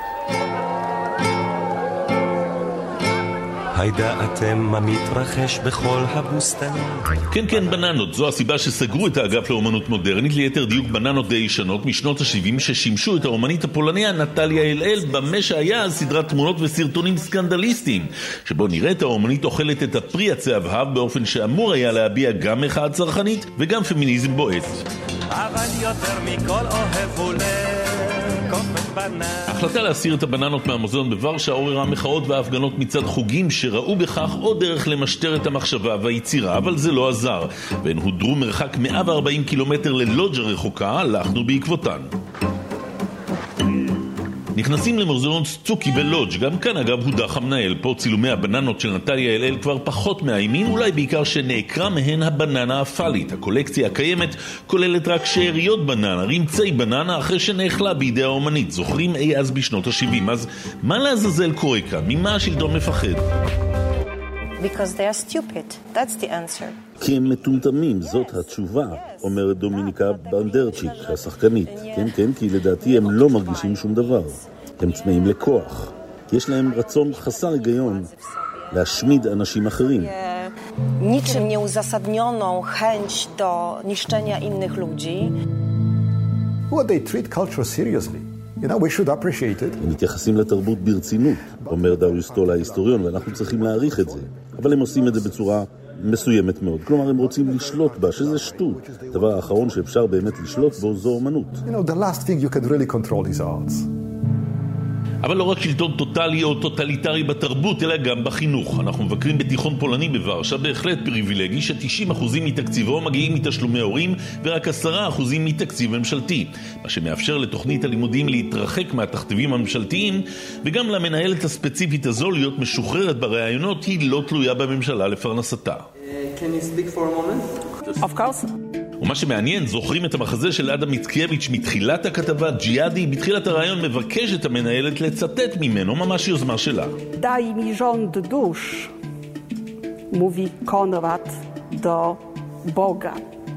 הידע אתם מה מתרחש בכל הבוסתנים. כן, כן, בננות. זו הסיבה שסגרו את האגף לאומנות מודרנית, ליתר דיוק בננות די ישנות משנות ה-70 ששימשו את האומנית הפולניה נטליה אל במה שהיה אז סדרת תמונות וסרטונים סקנדליסטיים, שבו נראית האומנית אוכלת את הפרי הצהבהב באופן שאמור היה להביע גם מחאה צרכנית וגם פמיניזם בועט. אבל יותר מכל אוהב ההחלטה להסיר את הבננות מהמוזיאון בוורשה עוררה מחאות והפגנות מצד חוגים שראו בכך עוד דרך למשטר את המחשבה והיצירה, אבל זה לא עזר, והן הודרו מרחק 140 קילומטר ללודג' הרחוקה, הלכנו בעקבותן. נכנסים למוזיאון סצוקי בלודג', גם כאן אגב הודח המנהל. פה צילומי הבננות של נטליה אל כבר פחות מהימין, אולי בעיקר שנעקרה מהן הבננה הפלית. הקולקציה הקיימת כוללת רק שאריות בננה, רמצי בננה, אחרי שנאכלה בידי האומנית. זוכרים אי אז בשנות ה-70. אז מה לעזאזל קורה כאן? ממה השלטון מפחד? Because they are stupid. That's the answer. כי הם מטומטמים, זאת התשובה, אומרת דומיניקה בנדרצ'יק, השחקנית. כן, כן, כי לדעתי הם לא מרגישים שום דבר. הם צמאים לכוח. יש להם רצון חסר היגיון להשמיד אנשים אחרים. Niczym nieuzasadnioną chęć do niszczenia innych ludzi. Well, they treat culture seriously. You know, we should appreciate it. הם מתייחסים לתרבות ברצינות, אומר דריוש סטולה ההיסטוריון, ואנחנו צריכים להעריך את זה. אבל הם עושים את זה בצורה מסוימת מאוד. כלומר, הם רוצים לשלוט בה, שזה שטות. הדבר האחרון שאפשר באמת לשלוט בו זו אומנות. You know, the last thing you can really control is arts. אבל לא רק שלטון טוטלי או טוטליטרי בתרבות, אלא גם בחינוך. אנחנו מבקרים בתיכון פולני בוורשה, בהחלט פריבילגי, ש90% מתקציבו מגיעים מתשלומי הורים, ורק 10% מתקציב ממשלתי. מה שמאפשר לתוכנית הלימודים להתרחק מהתכתיבים הממשלתיים, וגם למנהלת הספציפית הזו להיות משוחררת ברעיונות, היא לא תלויה בממשלה לפרנסתה. Can you speak for a moment? Of course. ומה שמעניין, זוכרים את המחזה של אדם מיצקביץ' מתחילת הכתבה, ג'יאדי, בתחילת הרעיון מבקש את המנהלת לצטט ממנו, ממש יוזמה שלה. Daj mi rząd dusz, mówi Konrad do Boga.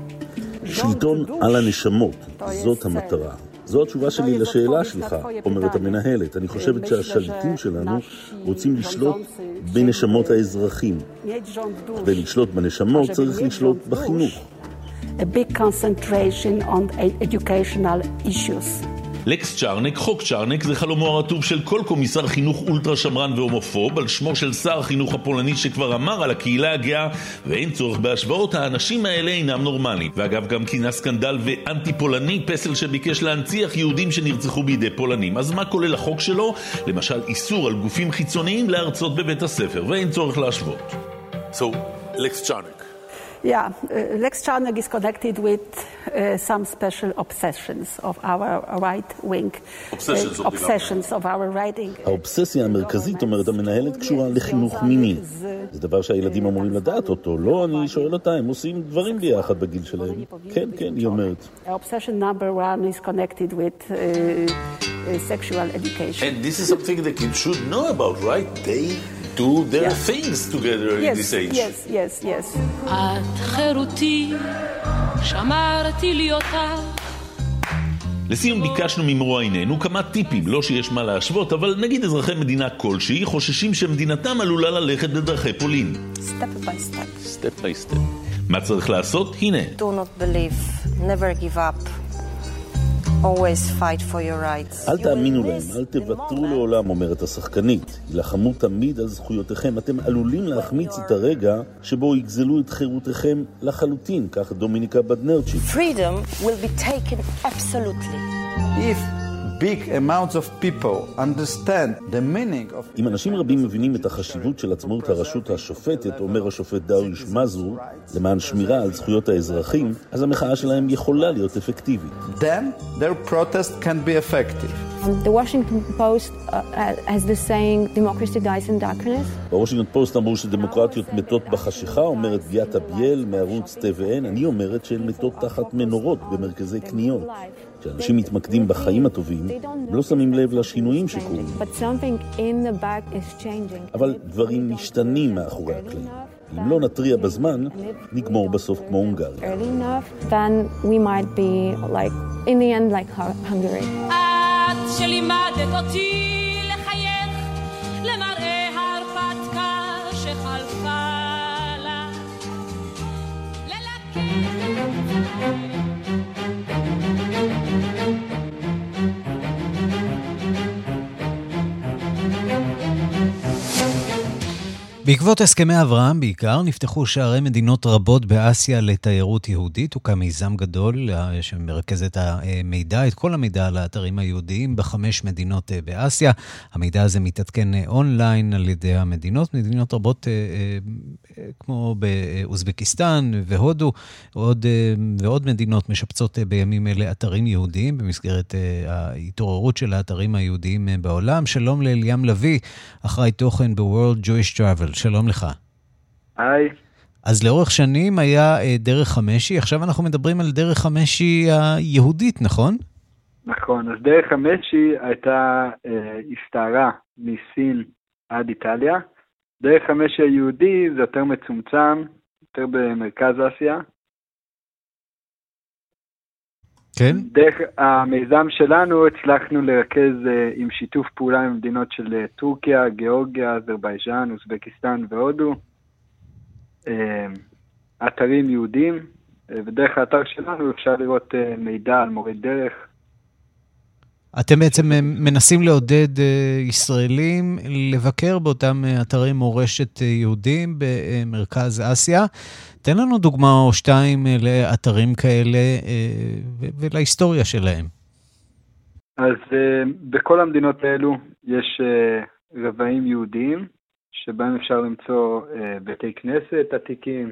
שלטון על הנשמות, זאת המטרה. זו התשובה שלי לשאלה שלך, אומרת המנהלת. אני חושבת שהשליטים שלנו רוצים לשלוט בנשמות האזרחים. כדי לשלוט בנשמות צריך לשלוט בחינוך. A big concentration on educational issues. לקס צ'רנק, חוק צ'רנק, זה חלומו הרטוב של כל קומיסר חינוך אולטרה שמרן והומופוב, על שמו של שר החינוך הפולני שכבר אמר על הקהילה הגאה, ואין צורך בהשוואות, האנשים האלה אינם נורמליים. ואגב גם כינה סקנדל ואנטי פולני, פסל שביקש להנציח יהודים שנרצחו בידי פולנים. אז מה כולל החוק שלו? למשל איסור על גופים חיצוניים להרצות בבית הספר, ואין צורך להשוות. So, לקס צ'רנק. Yeah, Lex Czarnek is connected with some special obsessions of our right-wing obsessions of our writing. האובססיה המרכזית, אומרת המנהלת, קשורה לחינוך מיני. זה דבר שהילדים אמורים לדעת אותו. לא, אני שואל אותה, הם עושים דברים ביחד בגיל שלהם. כן, כן, היא אומרת. Obsession number one is connected with sexual education. And this is something the kids should know about, right? They do their things together in this age. Yes. את חירותי, שמרתי לי אותה. לסיום ביקשנו ממורה עינינו כמה טיפים, לא שיש מה להשוות, אבל נגיד אזרחי מדינה כלשהי חוששים שמדינתם עלולה ללכת בדרכי פולין. Step by step. Step by step. מה צריך לעשות? הנה. Do not believe, never give up. always fight for your rights. אל תאמינו להם, אל תוותרו לעולם, אומרת השחקנית. ילחמו תמיד על זכויותיכם. אתם עלולים להחמיץ את הרגע שבו יגזלו את חירותכם לחלוטין, כך דומיניקה בדנרצ'יק. Freedom will be taken absolutely. If big amounts of people understand the meaning of... אם אנשים רבים מבינים את החשיבות של עצמאות הרשות השופטת, אומר השופט דריוש מזור, למען שמירה על זכויות האזרחים, אז המחאה שלהם יכולה להיות אפקטיבית. Then their protest can be effective. The Washington Post has the saying, democracy dies in darkness. בוושינגטון פוסט אמרו שדמוקרטיות מתות בחשיכה, אומרת ביאטה ביאל מערוץ TVN. אני אומרת שהן מתות תחת מנורות במרכזי קניות. כשאנשים מתמקדים בחיים הטובים, הם לא שמים לב לשינויים שקורים. אבל דברים משתנים מאחורי הקלעים. אם לא נטריע בזמן, נגמור בסוף כמו הונגריה. Then we might be like, in the end, like Hungary. את שלימדת אותי לחייך למראה ההרפתקה שחלפה לה בעקבות הסכמי אברהם בעיקר נפתחו שערי מדינות רבות באסיה לתיירות יהודית. הוקם מיזם גדול שמרכז את המידע, את כל המידע על האתרים היהודיים ב5 מדינות באסיה. המידע הזה מתעדכן אונליין על ידי המדינות. מדינות רבות כמו באוזבקיסטן והודו ועוד מדינות משפצות בימים אלה אתרים יהודיים במסגרת ההתעוררות של האתרים היהודיים בעולם. שלום לאליאם לוי, אחראי תוכן ב-World Jewish Travel. שלום לך. היי. אז לאורך שנים היה דרך חמשי, עכשיו אנחנו מדברים על דרך חמשי היהודית, נכון? נכון, אז דרך חמשי הייתה הסתערה מסין עד איטליה. דרך חמשי היהודי זה יותר מצומצם, יותר במרכז אסיה. כן? דרך המיזם שלנו הצלחנו לרכז עם שיתוף פעולה עם מדינות של טורקיה, גיאורגיה, אזרבייג'אן, אוזבקיסטן והודו, אתרים יהודים, ודרך האתר שלנו אפשר לראות מידע על מורי דרך. אתם בעצם מנסים לעודד ישראלים לבקר באותם אתרי מורשת יהודים במרכז אסיה. תן לנו דוגמה או שתיים לאתרים כאלה ולהיסטוריה שלהם. אז בכל המדינות האלו יש רבעים יהודיים, שבהם אפשר למצוא בתי כנסת עתיקים,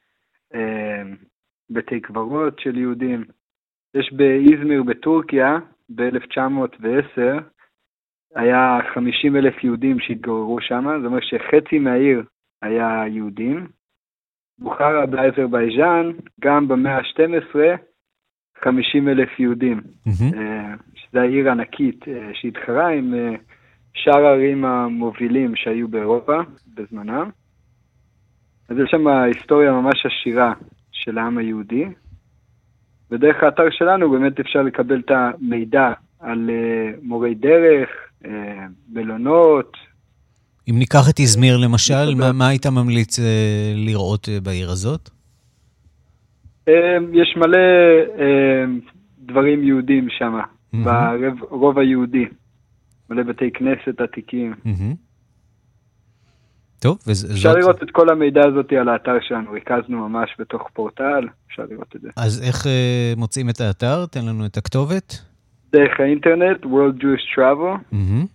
בתי קברות של יהודים. יש באיזמיר בטורקיה, ב-1910, היה 50,000 יהודים שהתגוררו שם, זאת אומרת שחצי מהעיר היה יהודים. בוכרה באזרבייג'אן, גם במאה ה-12, 50,000 יהודים. שזו העיר ענקית שהתחרה עם שאר הערים המובילים שהיו באירופה בזמנם. אז יש שם היסטוריה ממש עשירה של העם היהודי. ודרך האתר שלנו באמת אפשר לקבל את המידע על מורי דרך, מלונות. אם ניקח את איזמיר למשל, מה היית ממליץ לראות בעיר הזאת? יש מלא דברים יהודים שם, ברוב היהודי. מלא בתי כנסת עתיקים. טוב, אפשר לראות את כל המידע הזאת על האתר שלנו, ריכזנו ממש בתוך פורטל, אפשר לראות את זה. אז איך מוצאים את האתר? תן לנו את הכתובת. דרך האינטרנט, World Jewish Travel.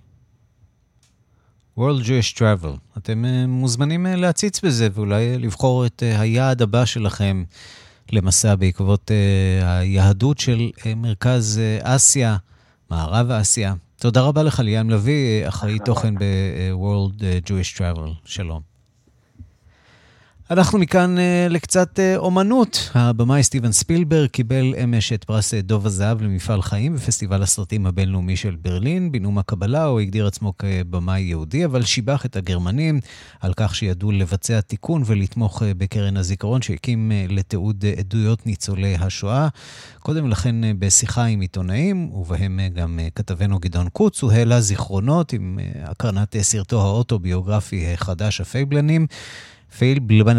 World Jewish Travel. אתם מוזמנים להציץ בזה, ואולי לבחור את היעד הבא שלכם למסע בעקבות היהדות של מרכז אסיה, מערב אסיה. תודה רבה לך, ליאם לוי, אחראי תוכן ב-World Jewish Travel. שלום. אנחנו מכאן לקצת אומנות. הבמאי סטיבן ספילברג קיבל אמש את פרס דוב הזהב למפעל חיים בפסטיבל הסרטים הבינלאומי של ברלין. בנאום הקבלה הוא הגדיר עצמו כבמאי יהודי, אבל שיבח את הגרמנים על כך שידעו לבצע תיקון ולתמוך בקרן הזיכרון שהקים לתיעוד עדויות ניצולי השואה. קודם לכן בשיחה עם עיתונאים, ובהם גם כתבנו גדעון קוץ, הוא העלה זיכרונות עם הקרנת סרטו האוטוביוגרפי חדש הפייבלנים.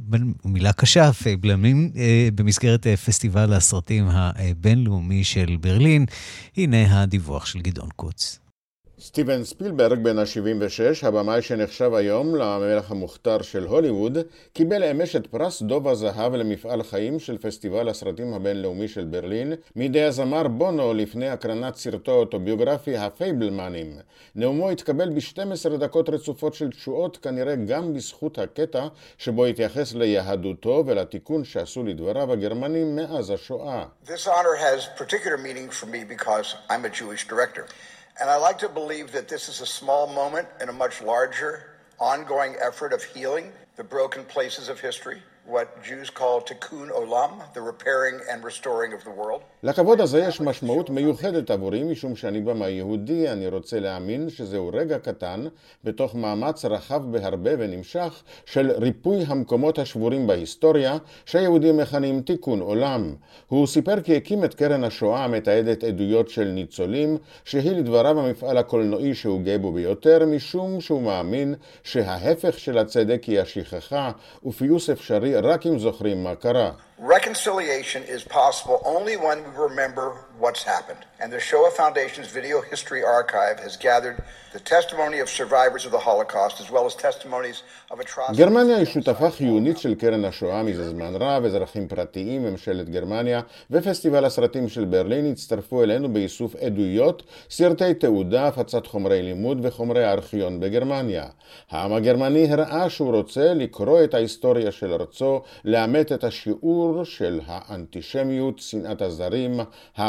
מילה קשה, פייבלמנים, במסגרת פסטיבל הסרטים הבינלאומי של ברלין. הנה הדיווח של גדעון קוץ. סטיבן ספילברג בן ה-76, הבמאי שנחשב היום למלך המוכתר של הוליווד, קיבל אמש את פרס דוב הזהב למפעל חיים של פסטיבל הסרטים הבינלאומי של ברלין, מידי הזמר בונו לפני הקרנת סרטו האוטוביוגרפי הפייבלמנים. נאומו התקבל ב-12 דקות רצופות של תשואות, כנראה גם בזכות הקטע שבו התייחס ליהדותו ולתיקון שעשו לדבריו הגרמנים מאז השואה. This honor has particular meaning for me because I'm a Jewish director. And I like to believe that this is a small moment in a much larger, ongoing effort of healing the broken places of history, what Jews call tikkun olam, the repairing and restoring of the world. לכבוד הזה יש משמעות מיוחדת עבורי, משום שאני במאי יהודי. אני רוצה להאמין שזהו רגע קטן בתוך מאמץ רחב בהרבה ונמשך של ריפוי המקומות השבורים בהיסטוריה, שהיהודים מכנים תיקון עולם. הוא סיפר כי הקים את קרן השואה המתעדת עדויות של ניצולים, שהיא לדבריו המפעל הקולנועי שהוא גאה בו ביותר, משום שהוא מאמין שההפך של הצדק היא השכחה, ופיוס אפשרי רק אם זוכרים מה קרה. Reconciliation is possible only when we remember what's happened. And the Shoah Foundation's Video History Archive has gathered the testimony of survivors of the Holocaust as well as testimonies of atrocities. גרמניה היא שותפה חיונית של קרן השואה מזה זמן רב. אזרחים פרטיים, ממשלת גרמניה ופסטיבל הסרטים של ברלין הצטרפו אלינו באיסוף עדויות, סרטי תעודה, הפצת חומרי לימוד וחומרי ארכיון בגרמניה. העם הגרמני הראה שהוא רוצה לקרוא את ההיסטוריה של ארצו, לאמת את השיעור של האנטישמיות, שנאת הזרים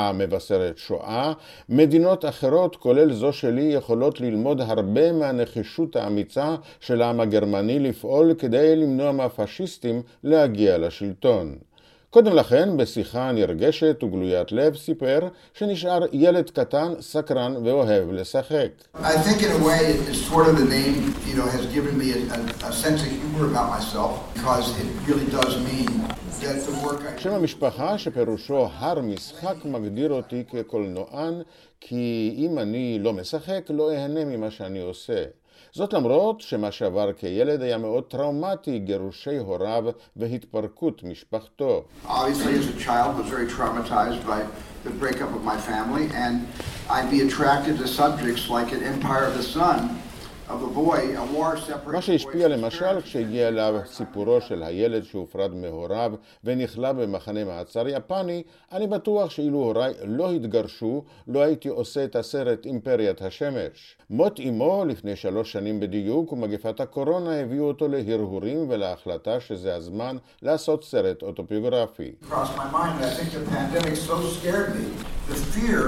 המבשרת שואה. מדינות אחרות, כולל זו שלי, יכולות ללמוד הרבה מהנחישות האמיצה של העם הגרמני לפעול כדי למנוע מהפשיסטים להגיע לשלטון. קודם לכן, בשיחה נרגשת וגלוית לב, סיפר שנשאר ילד קטן, סקרן ואוהב לשחק. I think in a way it's sort of the name, has given me a sense of humor about myself because it really does mean that the work I... שם המשפחה שפירושו הר משחק מגדיר אותי כקולנוען, כי אם אני לא משחק לא אהנה ממה שאני עושה. זאת למרות שמה שעבר כילד היה מאוד טראומטי, גירושי הוריו והתפרקות משפחתו. Obviously as a child was very traumatized by the breakup of my family and I'd be attracted to subjects like an Empire of the Sun of a boy, a war separate... מה שהשפיע למשל כשהגיע אליו סיפורו של הילד שהופרד מהוריו ונכלא במחנה מעצר יפני, אני בטוח שאילו הוריי לא התגרשו, לא הייתי עושה את הסרט אימפריית השמש. מות אמו לפני 3 שנים בדיוק ומגפת הקורונה הביאו אותו להרהורים ולהחלטה שזה הזמן לעשות סרט אוטוביוגרפי. Across my mind, I think the pandemic so scared me, the fear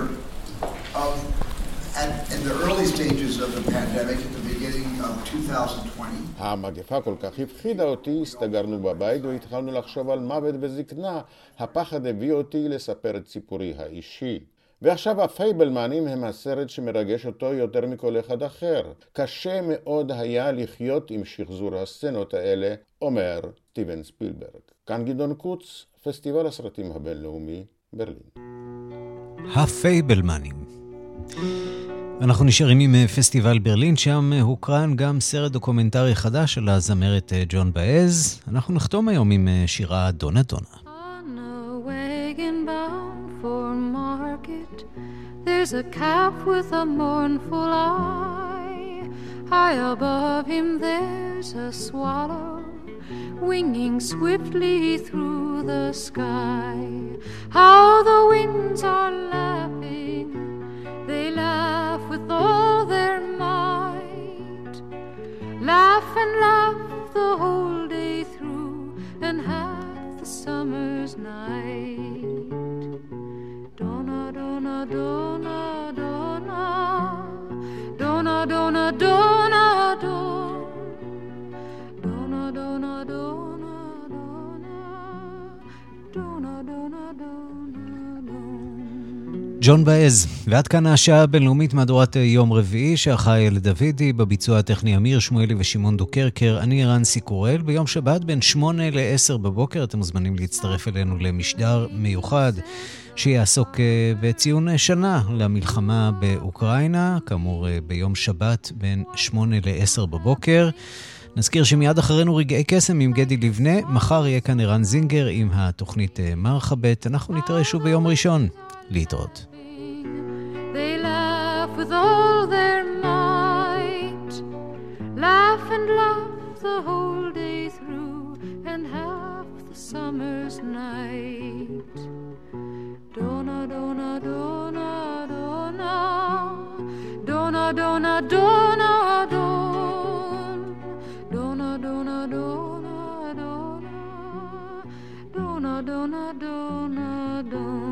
of in the early stages of the pandemic at the beginning of 2020. המגפה כל כך הפחידה אותי, הסתגרנו בבית והתחלנו לחשוב על מוות וזקנה. הפחד הביא אותי לספר את סיפורי האישי. ועכשיו הפייבלמנים הם הסרט שמרגש אותו יותר מכל אחד אחר. קשה מאוד היה לחיות עם שחזור הסצנות האלה, אומר סטיבן ספילברג. כאן גדעון קוץ, פסטיבל הסרטים הבינלאומי, ברלין. הפייבלמנים. אנחנו נשארים עם פסטיבל ברלין, שם הוקרן גם סרט דוקומנטרי חדש של הזמרת ג'ון באז. אנחנו נחתום היום עם שירה דונה דונה. There's a calf with a mournful eye. High above him there's a swallow winging swiftly through the sky. How the winds are laughing, they laugh with all their might. Laugh and laugh the whole day through and half the summer's night. Donna, donna, donna, donna, donna, donna, donna, donna, donna, donna, donna, donna, donna. ג'ון באז, ועד כאן השעה הבינלאומית מהדורת יום רביעי, שערכה אל דוידי, בביצוע הטכני אמיר שמואלי ושמעון דוקרקר, אני רנסי קורל. ביום שבת בין 8 ל-10 בבוקר אתם מוזמנים להצטרף אלינו למשדר מיוחד שיעסוק בציון שנה למלחמה באוקראינה, כאמור ביום שבת בין 8 ל-10 בבוקר. נזכיר שמיד אחרינו רגעי קסם עם גדי לבנה, מחר יהיה כאן ערן זינגר עם התוכנית מרחבת. אנחנו נתראה שוב ביום ראשון. להתראות. They laugh with all their might, laugh and laugh the whole day through, and half the summer's night. Dona, dona, dona, dona, dona, dona, dona, don, dona, dona, dona, dona, dona, dona, dona, don.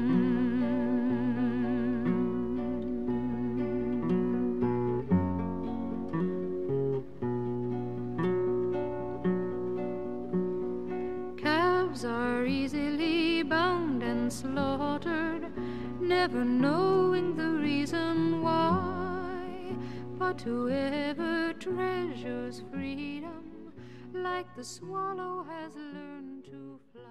Are easily bound and slaughtered, never knowing the reason why. But whoever treasures freedom, like the swallow, has learned to fly.